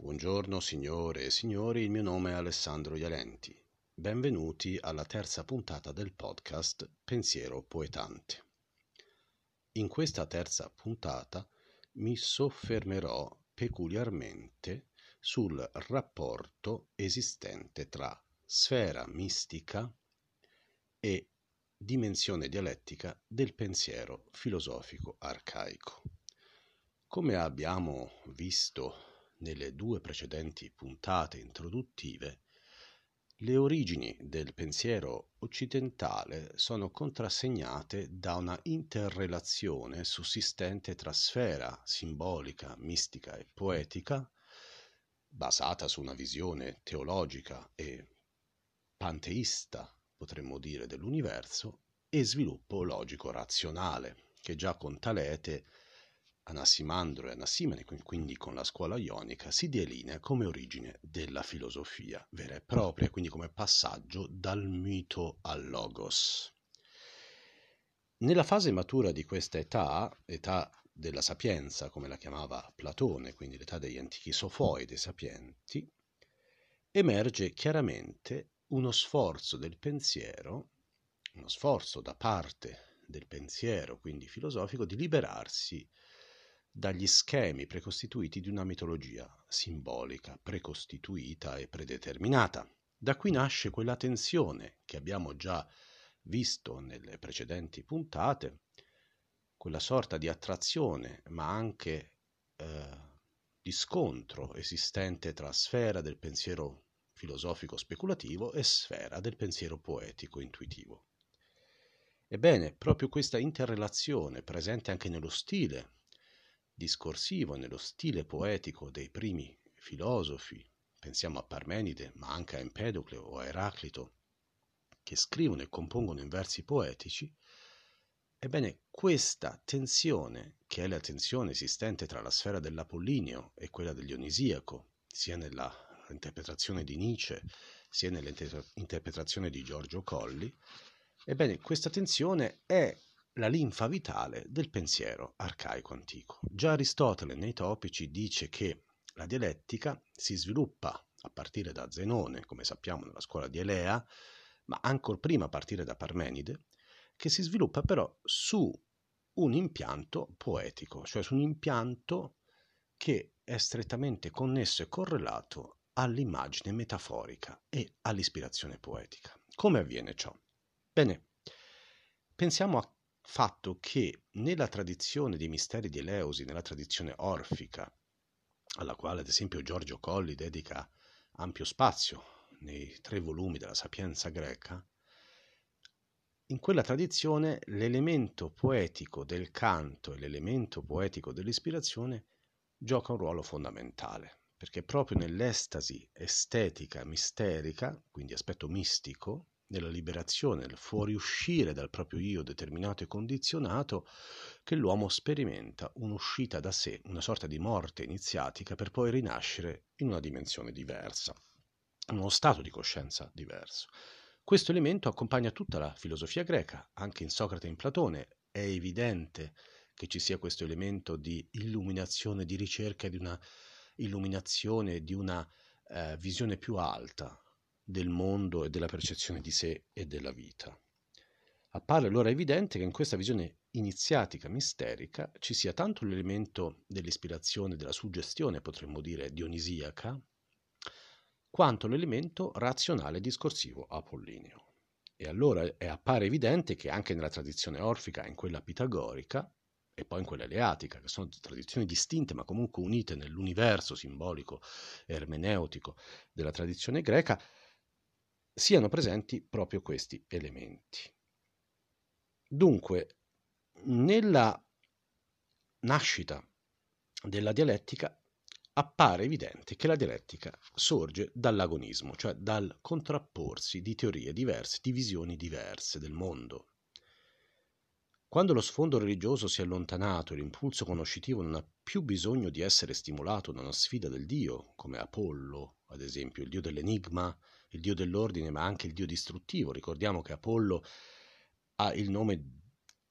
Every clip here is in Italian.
Buongiorno signore e signori, il mio nome è Alessandro Ialenti. Benvenuti alla terza puntata del podcast Pensiero Poetante. In questa terza puntata mi soffermerò peculiarmente sul rapporto esistente tra sfera mistica e dimensione dialettica del pensiero filosofico arcaico. Come abbiamo visto nelle due precedenti puntate introduttive, le origini del pensiero occidentale sono contrassegnate da una interrelazione sussistente tra sfera simbolica, mistica e poetica, basata su una visione teologica e panteista, potremmo dire, dell'universo, e sviluppo logico-razionale, che già con Talete, Anassimandro e Anassimene, quindi con la scuola ionica, si delinea come origine della filosofia vera e propria, quindi come passaggio dal mito al logos. Nella fase matura di questa età della sapienza, come la chiamava Platone, quindi l'età degli antichi sofoi, dei sapienti, emerge chiaramente uno sforzo del pensiero, uno sforzo da parte del pensiero, quindi filosofico, di liberarsi dagli schemi precostituiti di una mitologia simbolica, precostituita e predeterminata. Da qui nasce quella tensione che abbiamo già visto nelle precedenti puntate, quella sorta di attrazione, ma anche di scontro esistente tra sfera del pensiero filosofico speculativo e sfera del pensiero poetico intuitivo. Ebbene, proprio questa interrelazione, presente anche nello stile discorsivo, nello stile poetico dei primi filosofi, pensiamo a Parmenide, ma anche a Empedocle o a Eraclito, che scrivono e compongono in versi poetici, ebbene, questa tensione, che è la tensione esistente tra la sfera dell'Apollinio e quella del Dionisiaco, sia nella interpretazione di Nietzsche, sia nell'interpretazione di Giorgio Colli, ebbene, questa tensione è la linfa vitale del pensiero arcaico antico. Già Aristotele nei Topici dice che la dialettica si sviluppa a partire da Zenone, come sappiamo nella scuola di Elea, ma ancor prima a partire da Parmenide, che si sviluppa però su un impianto poetico, cioè su un impianto che è strettamente connesso e correlato all'immagine metaforica e all'ispirazione poetica. Come avviene ciò? Bene, pensiamo al fatto che nella tradizione dei misteri di Eleusi, nella tradizione orfica, alla quale ad esempio Giorgio Colli dedica ampio spazio nei 3 volumi della Sapienza greca, in quella tradizione l'elemento poetico del canto e l'elemento poetico dell'ispirazione gioca un ruolo fondamentale, perché proprio nell'estasi estetica misterica, quindi aspetto mistico, nella liberazione, nel fuoriuscire dal proprio io determinato e condizionato, che l'uomo sperimenta un'uscita da sé, una sorta di morte iniziatica per poi rinascere in una dimensione diversa, in uno stato di coscienza diverso. Questo elemento accompagna tutta la filosofia greca, anche in Socrate e in Platone. È evidente che ci sia questo elemento di illuminazione, di ricerca di una illuminazione, di una visione più alta del mondo e della percezione di sé e della vita. Appare allora evidente che in questa visione iniziatica, misterica, ci sia tanto l'elemento dell'ispirazione, della suggestione, potremmo dire, dionisiaca, quanto l'elemento razionale discorsivo apollineo. E allora appare evidente che anche nella tradizione orfica, in quella pitagorica e poi in quella eleatica, che sono tradizioni distinte ma comunque unite nell'universo simbolico e ermeneutico della tradizione greca, siano presenti proprio questi elementi. Dunque, nella nascita della dialettica appare evidente che la dialettica sorge dall'agonismo, cioè dal contrapporsi di teorie diverse, di visioni diverse del mondo. Quando lo sfondo religioso si è allontanato e l'impulso conoscitivo non ha più bisogno di essere stimolato da una sfida del Dio, come Apollo, ad esempio, il dio dell'enigma, il dio dell'ordine, ma anche il dio distruttivo. Ricordiamo che Apollo ha il nome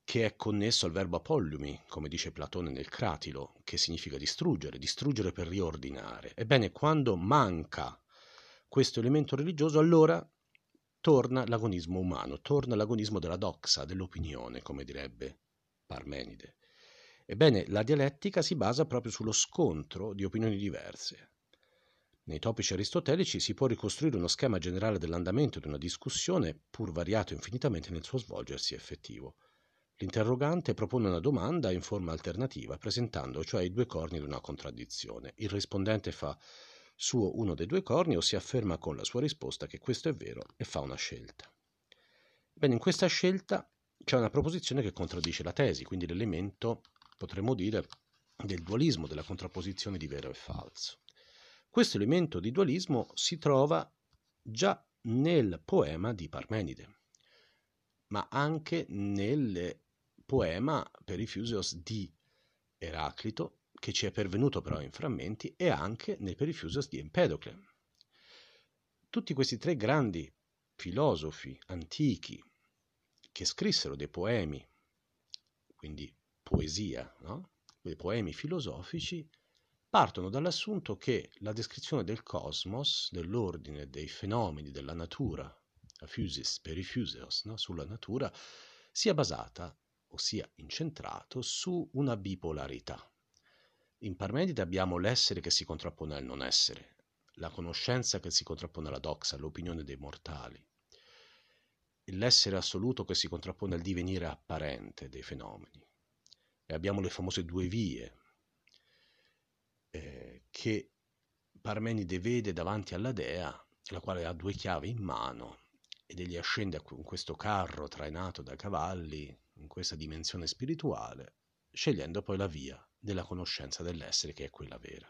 che è connesso al verbo apolliumi, come dice Platone nel Cratilo, che significa distruggere per riordinare. Ebbene, quando manca questo elemento religioso, allora torna l'agonismo umano, torna l'agonismo della doxa, dell'opinione, come direbbe Parmenide. Ebbene, la dialettica si basa proprio sullo scontro di opinioni diverse. Nei topici aristotelici si può ricostruire uno schema generale dell'andamento di una discussione, pur variato infinitamente nel suo svolgersi effettivo. L'interrogante propone una domanda in forma alternativa, presentando cioè i due corni di una contraddizione. Il rispondente fa suo uno dei due corni o si afferma con la sua risposta che questo è vero e fa una scelta. Bene, in questa scelta c'è una proposizione che contraddice la tesi, quindi l'elemento, potremmo dire, del dualismo, della contrapposizione di vero e falso. Questo elemento di dualismo si trova già nel poema di Parmenide, ma anche nel poema Perifusios di Eraclito, che ci è pervenuto però in frammenti, e anche nel Perifusios di Empedocle. Tutti questi tre grandi filosofi antichi che scrissero dei poemi, quindi poesia, no? Dei poemi filosofici, partono dall'assunto che la descrizione del cosmos, dell'ordine, dei fenomeni, della natura, aphysis, perifusios, no? Sulla natura, sia basata o sia incentrato su una bipolarità. In Parmenide abbiamo l'essere che si contrappone al non essere, la conoscenza che si contrappone alla doxa, all'opinione dei mortali, l'essere assoluto che si contrappone al divenire apparente dei fenomeni. E abbiamo le famose due vie che Parmenide vede davanti alla dea, la quale ha due chiavi in mano ed egli ascende in questo carro trainato da cavalli, in questa dimensione spirituale, scegliendo poi la via della conoscenza dell'essere, che è quella vera.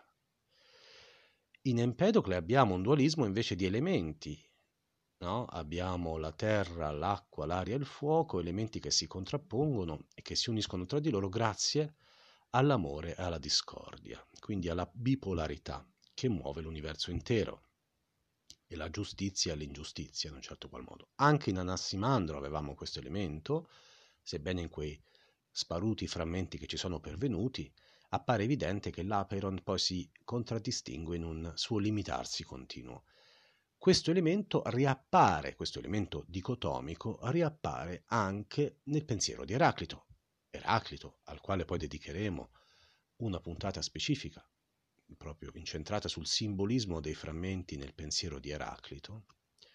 In Empedocle abbiamo un dualismo invece di elementi, no? Abbiamo la terra, l'acqua, l'aria e il fuoco, elementi che si contrappongono e che si uniscono tra di loro grazie all'amore e alla discordia, quindi alla bipolarità che muove l'universo intero, e la giustizia e l'ingiustizia in un certo qual modo. Anche in Anassimandro avevamo questo elemento, sebbene in quei sparuti frammenti che ci sono pervenuti appare evidente che l'Apeiron poi si contraddistingue in un suo limitarsi continuo. Questo elemento riappare, questo elemento dicotomico, riappare anche nel pensiero di Eraclito. Eraclito, al quale poi dedicheremo una puntata specifica, proprio incentrata sul simbolismo dei frammenti nel pensiero di Eraclito.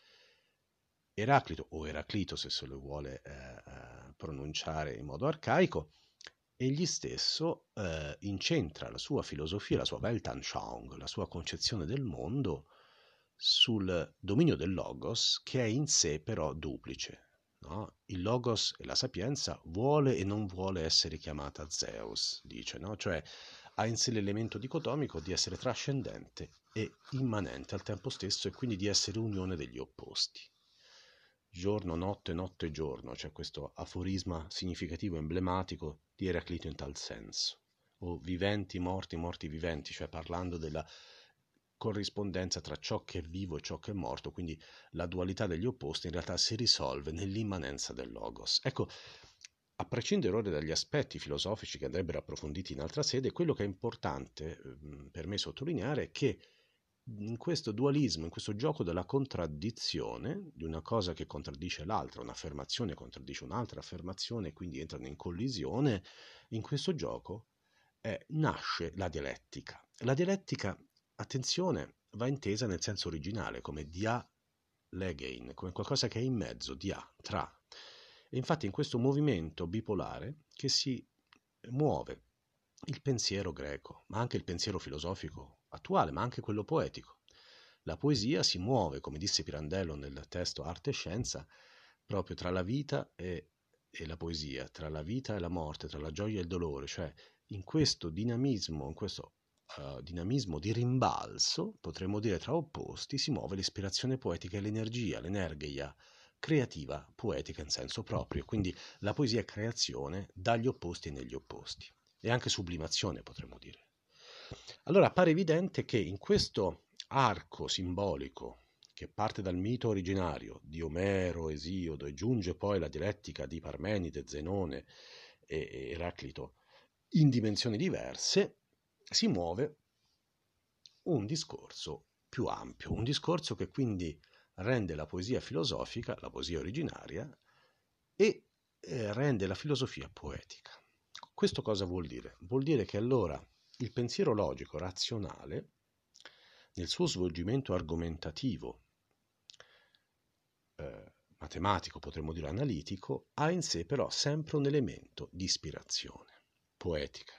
Eraclito, o Eraclito se se lo vuole pronunciare in modo arcaico, egli stesso incentra la sua filosofia, la sua Weltanschauung, la sua concezione del mondo sul dominio del logos, che è in sé però duplice. No? Il logos e la sapienza vuole e non vuole essere chiamata Zeus, dice, no? Cioè ha in sé l'elemento dicotomico di essere trascendente e immanente al tempo stesso, e quindi di essere unione degli opposti. Giorno, notte, giorno, c'è questo aforisma significativo, emblematico di Eraclito in tal senso, o viventi, morti, viventi, cioè parlando della corrispondenza tra ciò che è vivo e ciò che è morto, quindi la dualità degli opposti in realtà si risolve nell'immanenza del logos. Ecco, a prescindere ora dagli aspetti filosofici che andrebbero approfonditi in altra sede, quello che è importante per me sottolineare è che in questo dualismo, in questo gioco della contraddizione, di una cosa che contraddice l'altra, un'affermazione contraddice un'altra affermazione, quindi entrano in collisione, in questo gioco nasce la dialettica. La dialettica, attenzione, va intesa nel senso originale come dialegein, come qualcosa che è in mezzo, tra. E infatti in questo movimento bipolare che si muove il pensiero greco, ma anche il pensiero filosofico attuale, ma anche quello poetico. La poesia si muove, come disse Pirandello nel testo Arte e Scienza, proprio tra la vita e la poesia, tra la vita e la morte, tra la gioia e il dolore, cioè in questo dinamismo, dinamismo di rimbalzo, potremmo dire tra opposti, si muove l'ispirazione poetica e l'energia, l'energia creativa poetica in senso proprio. Quindi la poesia è creazione dagli opposti e negli opposti, e anche sublimazione, potremmo dire. Allora appare evidente che in questo arco simbolico che parte dal mito originario di Omero, Esiodo, e giunge poi la dialettica di Parmenide, Zenone e Eraclito in dimensioni diverse, si muove un discorso più ampio, un discorso che quindi rende la poesia filosofica, la poesia originaria, e rende la filosofia poetica. Questo cosa vuol dire? Vuol dire che allora il pensiero logico, razionale, nel suo svolgimento argomentativo, matematico, potremmo dire analitico, ha in sé però sempre un elemento di ispirazione poetica.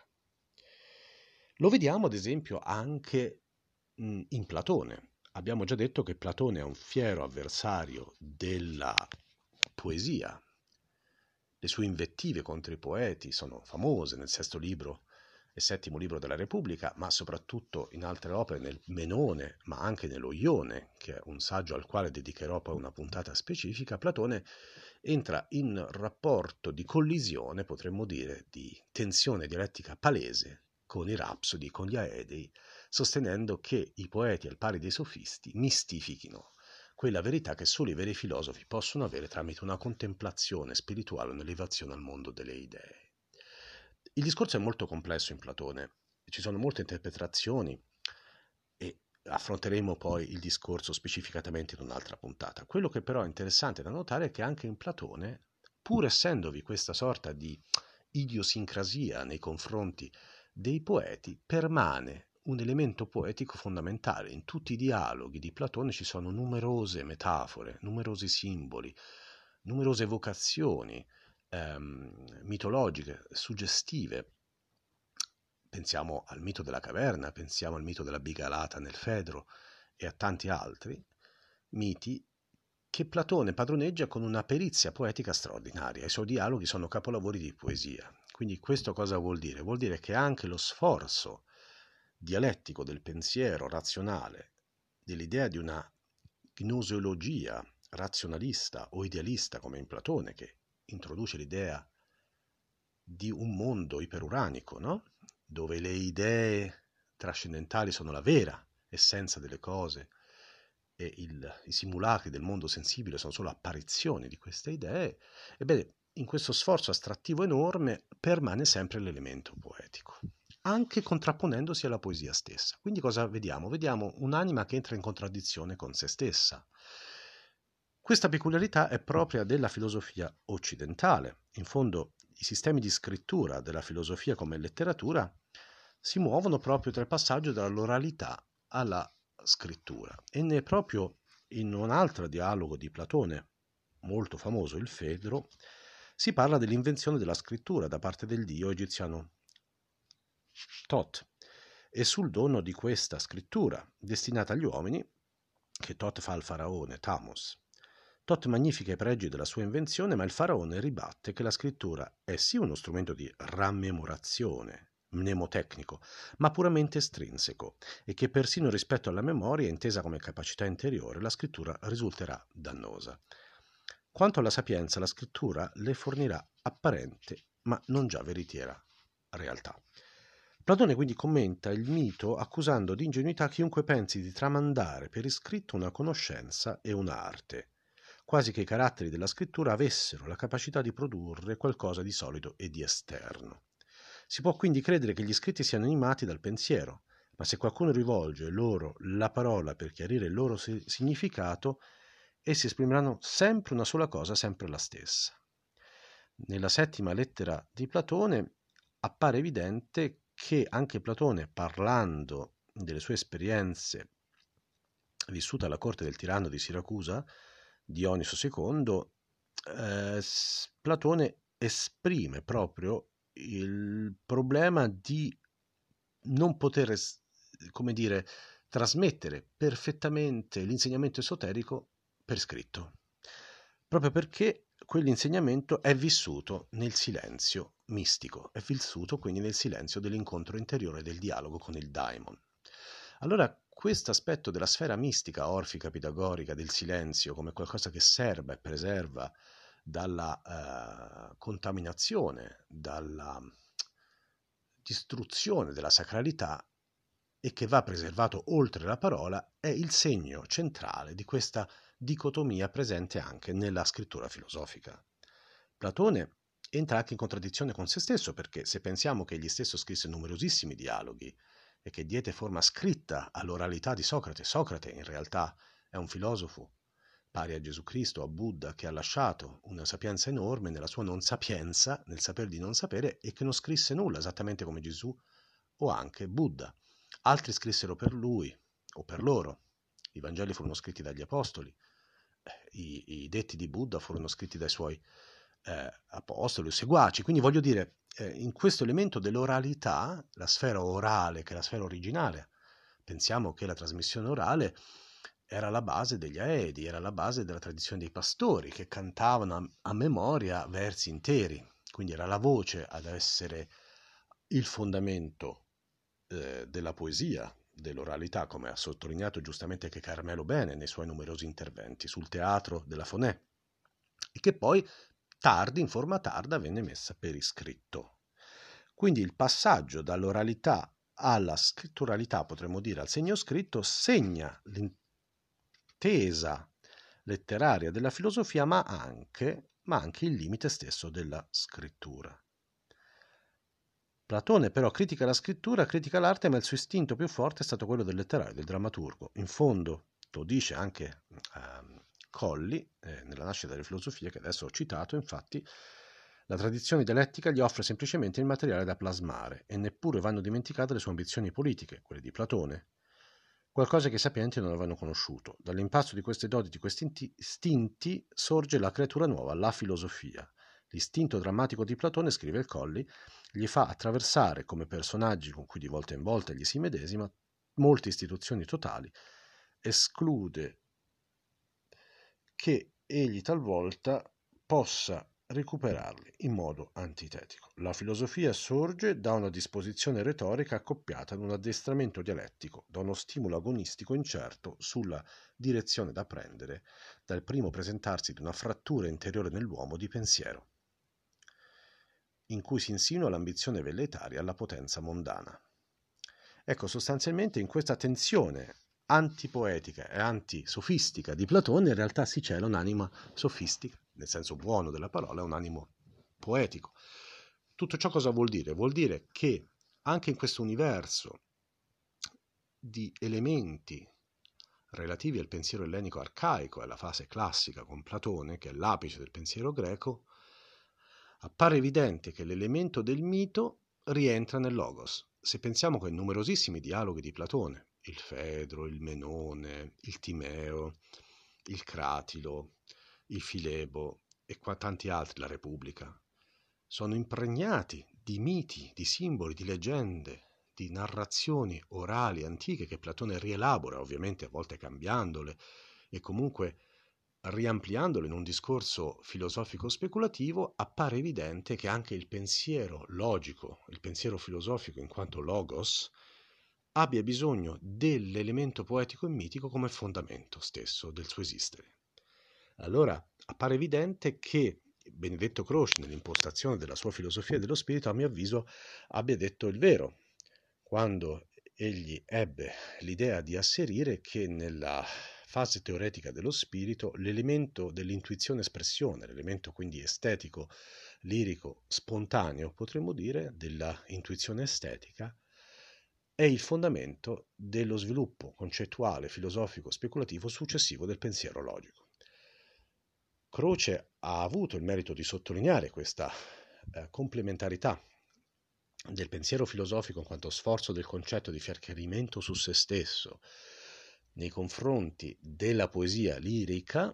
Lo vediamo ad esempio anche in Platone. Abbiamo già detto che Platone è un fiero avversario della poesia. Le sue invettive contro i poeti sono famose nel sesto libro e settimo libro della Repubblica, ma soprattutto in altre opere, nel Menone, ma anche nello Ione, che è un saggio al quale dedicherò poi una puntata specifica. Platone entra in rapporto di collisione, potremmo dire, di tensione dialettica palese con i Rapsodi, con gli Aedei, sostenendo che i poeti, al pari dei sofisti, mistifichino quella verità che solo i veri filosofi possono avere tramite una contemplazione spirituale, un'elevazione al mondo delle idee. Il discorso è molto complesso in Platone, ci sono molte interpretazioni e affronteremo poi il discorso specificatamente in un'altra puntata. Quello che però è interessante da notare è che anche in Platone, pur essendovi questa sorta di idiosincrasia nei confronti dei poeti, permane un elemento poetico fondamentale. In tutti i dialoghi di Platone ci sono numerose metafore, numerosi simboli, numerose evocazioni mitologiche, suggestive. Pensiamo al mito della caverna, pensiamo al mito della bigalata nel Fedro e a tanti altri miti che Platone padroneggia con una perizia poetica straordinaria. I suoi dialoghi sono capolavori di poesia. Quindi questo cosa vuol dire? Vuol dire che anche lo sforzo dialettico del pensiero razionale, dell'idea di una gnoseologia razionalista o idealista come in Platone, che introduce l'idea di un mondo iperuranico, no? Dove le idee trascendentali sono la vera essenza delle cose e i simulacri del mondo sensibile sono solo apparizioni di queste idee. Ebbene, in questo sforzo astrattivo enorme permane sempre l'elemento poetico, anche contrapponendosi alla poesia stessa. Quindi cosa vediamo? Vediamo un'anima che entra in contraddizione con se stessa. Questa peculiarità è propria della filosofia occidentale. In fondo, i sistemi di scrittura della filosofia come letteratura si muovono proprio tra il passaggio dall'oralità alla scrittura. E ne è proprio in un altro dialogo di Platone, molto famoso, il Fedro, si parla dell'invenzione della scrittura da parte del dio egiziano Tot e sul dono di questa scrittura destinata agli uomini che Tot fa al faraone Thamos. Tot magnifica i pregi della sua invenzione, ma il faraone ribatte che la scrittura è sì uno strumento di rammemorazione mnemotecnico, ma puramente estrinseco, e che persino rispetto alla memoria, intesa come capacità interiore, la scrittura risulterà dannosa. Quanto alla sapienza, la scrittura le fornirà apparente, ma non già veritiera realtà. Platone quindi commenta il mito accusando di ingenuità chiunque pensi di tramandare per iscritto una conoscenza e un'arte, quasi che i caratteri della scrittura avessero la capacità di produrre qualcosa di solido e di esterno. Si può quindi credere che gli scritti siano animati dal pensiero, ma se qualcuno rivolge loro la parola per chiarire il loro significato, essi esprimeranno sempre una sola cosa, sempre la stessa. Nella settima lettera di Platone appare evidente che anche Platone, parlando delle sue esperienze vissute alla corte del tiranno di Siracusa, Dioniso II, Platone esprime proprio il problema di non poter, come dire, trasmettere perfettamente l'insegnamento esoterico per scritto, proprio perché quell'insegnamento è vissuto nel silenzio mistico, è vissuto quindi nel silenzio dell'incontro interiore, del dialogo con il daimon. Allora, questo aspetto della sfera mistica, orfica, pitagorica, del silenzio, come qualcosa che serba e preserva dalla contaminazione, dalla distruzione della sacralità e che va preservato oltre la parola, è il segno centrale di questa dicotomia presente anche nella scrittura filosofica. Platone entra anche in contraddizione con se stesso, perché se pensiamo che egli stesso scrisse numerosissimi dialoghi e che diede forma scritta all'oralità di Socrate, Socrate in realtà è un filosofo pari a Gesù Cristo, a Buddha, che ha lasciato una sapienza enorme nella sua non sapienza, nel saper di non sapere, e che non scrisse nulla, esattamente come Gesù o anche Buddha. Altri scrissero per lui o per loro. I Vangeli furono scritti dagli Apostoli, i detti di Buddha furono scritti dai suoi apostoli o seguaci. Quindi voglio dire, in questo elemento dell'oralità, la sfera orale, che è la sfera originale, pensiamo che la trasmissione orale era la base degli Aedi, era la base della tradizione dei pastori che cantavano a memoria versi interi, quindi era la voce ad essere il fondamento della poesia, dell'oralità, come ha sottolineato giustamente anche Carmelo Bene nei suoi numerosi interventi sul teatro della Fonè, e che poi in forma tarda, venne messa per iscritto. Quindi il passaggio dall'oralità alla scritturalità, potremmo dire al segno scritto, segna l'intesa letteraria della filosofia, ma anche il limite stesso della scrittura. Platone però critica la scrittura, critica l'arte, ma il suo istinto più forte è stato quello del letterario, del drammaturgo. In fondo, lo dice anche Colli, nella nascita delle filosofie, che adesso ho citato, infatti, la tradizione dialettica gli offre semplicemente il materiale da plasmare e neppure vanno dimenticate le sue ambizioni politiche, quelle di Platone, qualcosa che i sapienti non avevano conosciuto. Dall'impasto di queste doti, di questi istinti, sorge la creatura nuova, la filosofia. L'istinto drammatico di Platone, scrive il Colli, gli fa attraversare come personaggi con cui di volta in volta gli si medesima molte istituzioni totali, esclude che egli talvolta possa recuperarli in modo antitetico. La filosofia sorge da una disposizione retorica accoppiata ad un addestramento dialettico, da uno stimolo agonistico incerto sulla direzione da prendere, dal primo presentarsi di una frattura interiore nell'uomo di pensiero, in cui si insinua l'ambizione velleitaria alla potenza mondana. Ecco, sostanzialmente in questa tensione antipoetica e antisofistica di Platone in realtà si cela un'anima sofistica, nel senso buono della parola, un animo poetico. Tutto ciò cosa vuol dire? Vuol dire che anche in questo universo di elementi relativi al pensiero ellenico arcaico e alla fase classica con Platone, che è l'apice del pensiero greco, appare evidente che l'elemento del mito rientra nel logos. Se pensiamo che numerosissimi dialoghi di Platone, il Fedro, il Menone, il Timeo, il Cratilo, il Filebo e tanti altri, la Repubblica, sono impregnati di miti, di simboli, di leggende, di narrazioni orali antiche che Platone rielabora, ovviamente a volte cambiandole e comunque riampliandolo in un discorso filosofico speculativo, appare evidente che anche il pensiero logico, il pensiero filosofico in quanto logos, abbia bisogno dell'elemento poetico e mitico come fondamento stesso del suo esistere. Allora appare evidente che Benedetto Croce, nell'impostazione della sua filosofia dello spirito, a mio avviso, abbia detto il vero, quando egli ebbe l'idea di asserire che nella fase teoretica dello spirito l'elemento dell'intuizione espressione, l'elemento quindi estetico, lirico, spontaneo, potremmo dire, della intuizione estetica, è il fondamento dello sviluppo concettuale, filosofico, speculativo successivo del pensiero logico. Croce ha avuto il merito di sottolineare questa complementarità del pensiero filosofico in quanto sforzo del concetto di chiarimento su se stesso nei confronti della poesia lirica,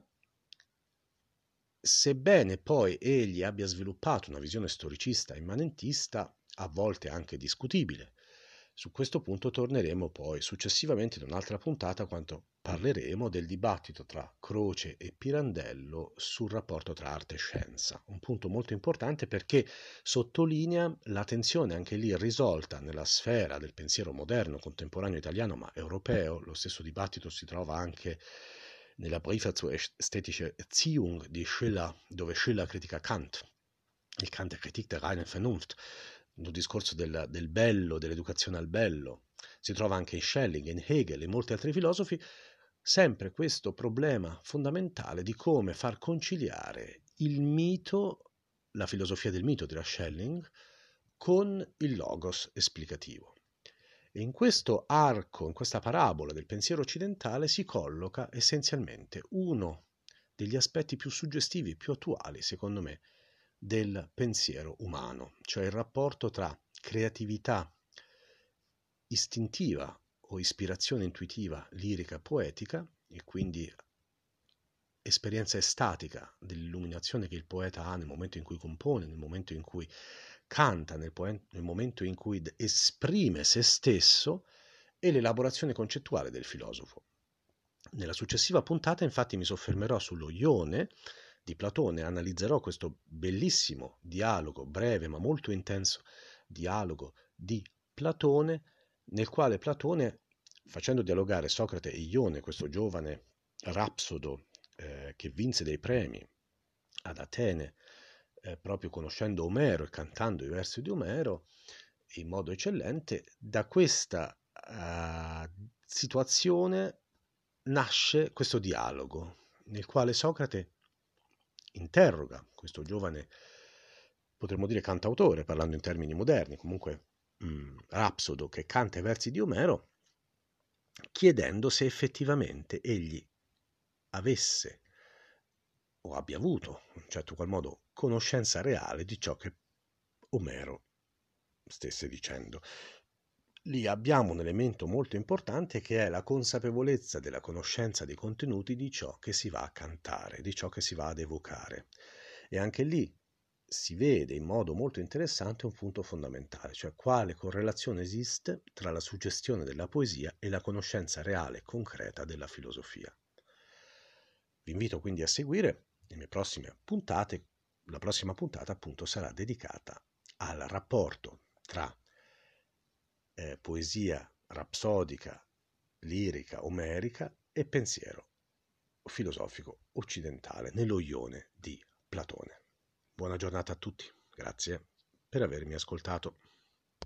sebbene poi egli abbia sviluppato una visione storicista e immanentista, a volte anche discutibile. Su questo punto torneremo poi successivamente in un'altra puntata quando parleremo del dibattito tra Croce e Pirandello sul rapporto tra arte e scienza, un punto molto importante perché sottolinea la tensione anche lì risolta nella sfera del pensiero moderno, contemporaneo italiano ma europeo. Lo stesso dibattito si trova anche nella Briefe zur ästhetischen Erziehung di Schiller, dove Schiller critica Kant, il Kant der Kritik der reinen Vernunft, un discorso del bello, dell'educazione al bello. Si trova anche in Schelling, in Hegel e molti altri filosofi, sempre questo problema fondamentale di come far conciliare il mito, la filosofia del mito della Schelling con il logos esplicativo. E in questo arco, in questa parabola del pensiero occidentale, si colloca essenzialmente uno degli aspetti più suggestivi, più attuali, secondo me, del pensiero umano, cioè il rapporto tra creatività istintiva o ispirazione intuitiva, lirica, poetica, e quindi esperienza estatica dell'illuminazione che il poeta ha nel momento in cui compone, nel momento in cui canta, nel momento in cui esprime se stesso, e l'elaborazione concettuale del filosofo. Nella successiva puntata infatti mi soffermerò sullo Ione di Platone, analizzerò questo bellissimo dialogo, breve ma molto intenso dialogo di Platone, nel quale Platone, facendo dialogare Socrate e Ione, questo giovane rapsodo che vinse dei premi ad Atene, proprio conoscendo Omero e cantando i versi di Omero in modo eccellente, da questa situazione nasce questo dialogo nel quale Socrate interroga questo giovane, potremmo dire cantautore, parlando in termini moderni, comunque rapsodo che canta i versi di Omero, chiedendo se effettivamente egli avesse o abbia avuto, in un certo qual modo, conoscenza reale di ciò che Omero stesse dicendo. Lì abbiamo un elemento molto importante che è la consapevolezza della conoscenza dei contenuti di ciò che si va a cantare, di ciò che si va ad evocare. E anche lì si vede in modo molto interessante un punto fondamentale, cioè quale correlazione esiste tra la suggestione della poesia e la conoscenza reale e concreta della filosofia. Vi invito quindi a seguire le mie prossime puntate. La prossima puntata appunto sarà dedicata al rapporto tra poesia rapsodica, lirica, omerica e pensiero filosofico occidentale nello Ione di Platone. Buona giornata a tutti, grazie per avermi ascoltato.